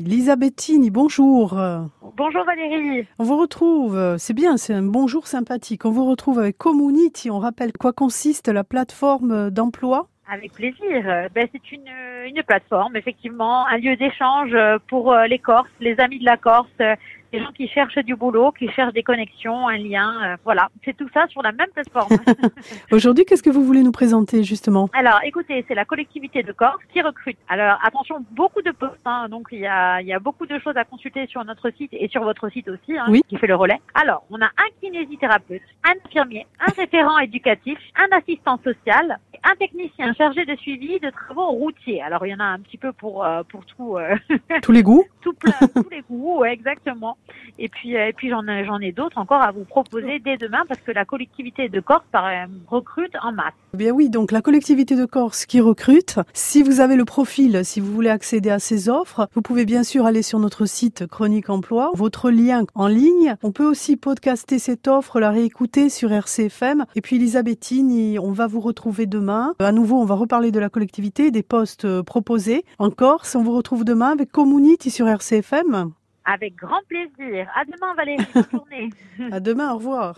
Lisa Bettini, bonjour. Bonjour Valérie. On vous retrouve, c'est bien, c'est un bonjour sympathique. On vous retrouve avec Community. On rappelle quoi consiste la plateforme d'emploi? Avec plaisir. C'est une plateforme, effectivement, un lieu d'échange pour les Corses, les amis de la Corse, les gens qui cherchent du boulot, qui cherchent des connexions, un lien. Voilà, c'est tout ça sur la même plateforme. Aujourd'hui, qu'est-ce que vous voulez nous présenter justement? Alors, écoutez, c'est la collectivité de Corse qui recrute. Alors, attention, beaucoup de postes, donc il y a beaucoup de choses à consulter sur notre site et sur votre site aussi, Oui. qui fait le relais. Alors, on a un kinésithérapeute, un infirmier, un référent éducatif, un assistant social, un technicien chargé de suivi de travaux routiers. Alors, il y en a un petit peu pour tout. Tous les goûts? Tous les goûts, ouais, exactement. Et puis j'en ai d'autres encore à vous proposer dès demain parce que la collectivité de Corse recrute en masse. Eh bien oui, donc la collectivité de Corse qui recrute. Si vous avez le profil, si vous voulez accéder à ces offres, vous pouvez bien sûr aller sur notre site Chronique Emploi, votre lien en ligne. On peut aussi podcaster cette offre, la réécouter sur RCFM. Et puis Elisabethine, on va vous retrouver demain. À nouveau, on va reparler de la collectivité, des postes proposés en Corse. On vous retrouve demain avec Community sur RCFM. Avec grand plaisir. À demain Valérie, bonne journée. À demain, au revoir.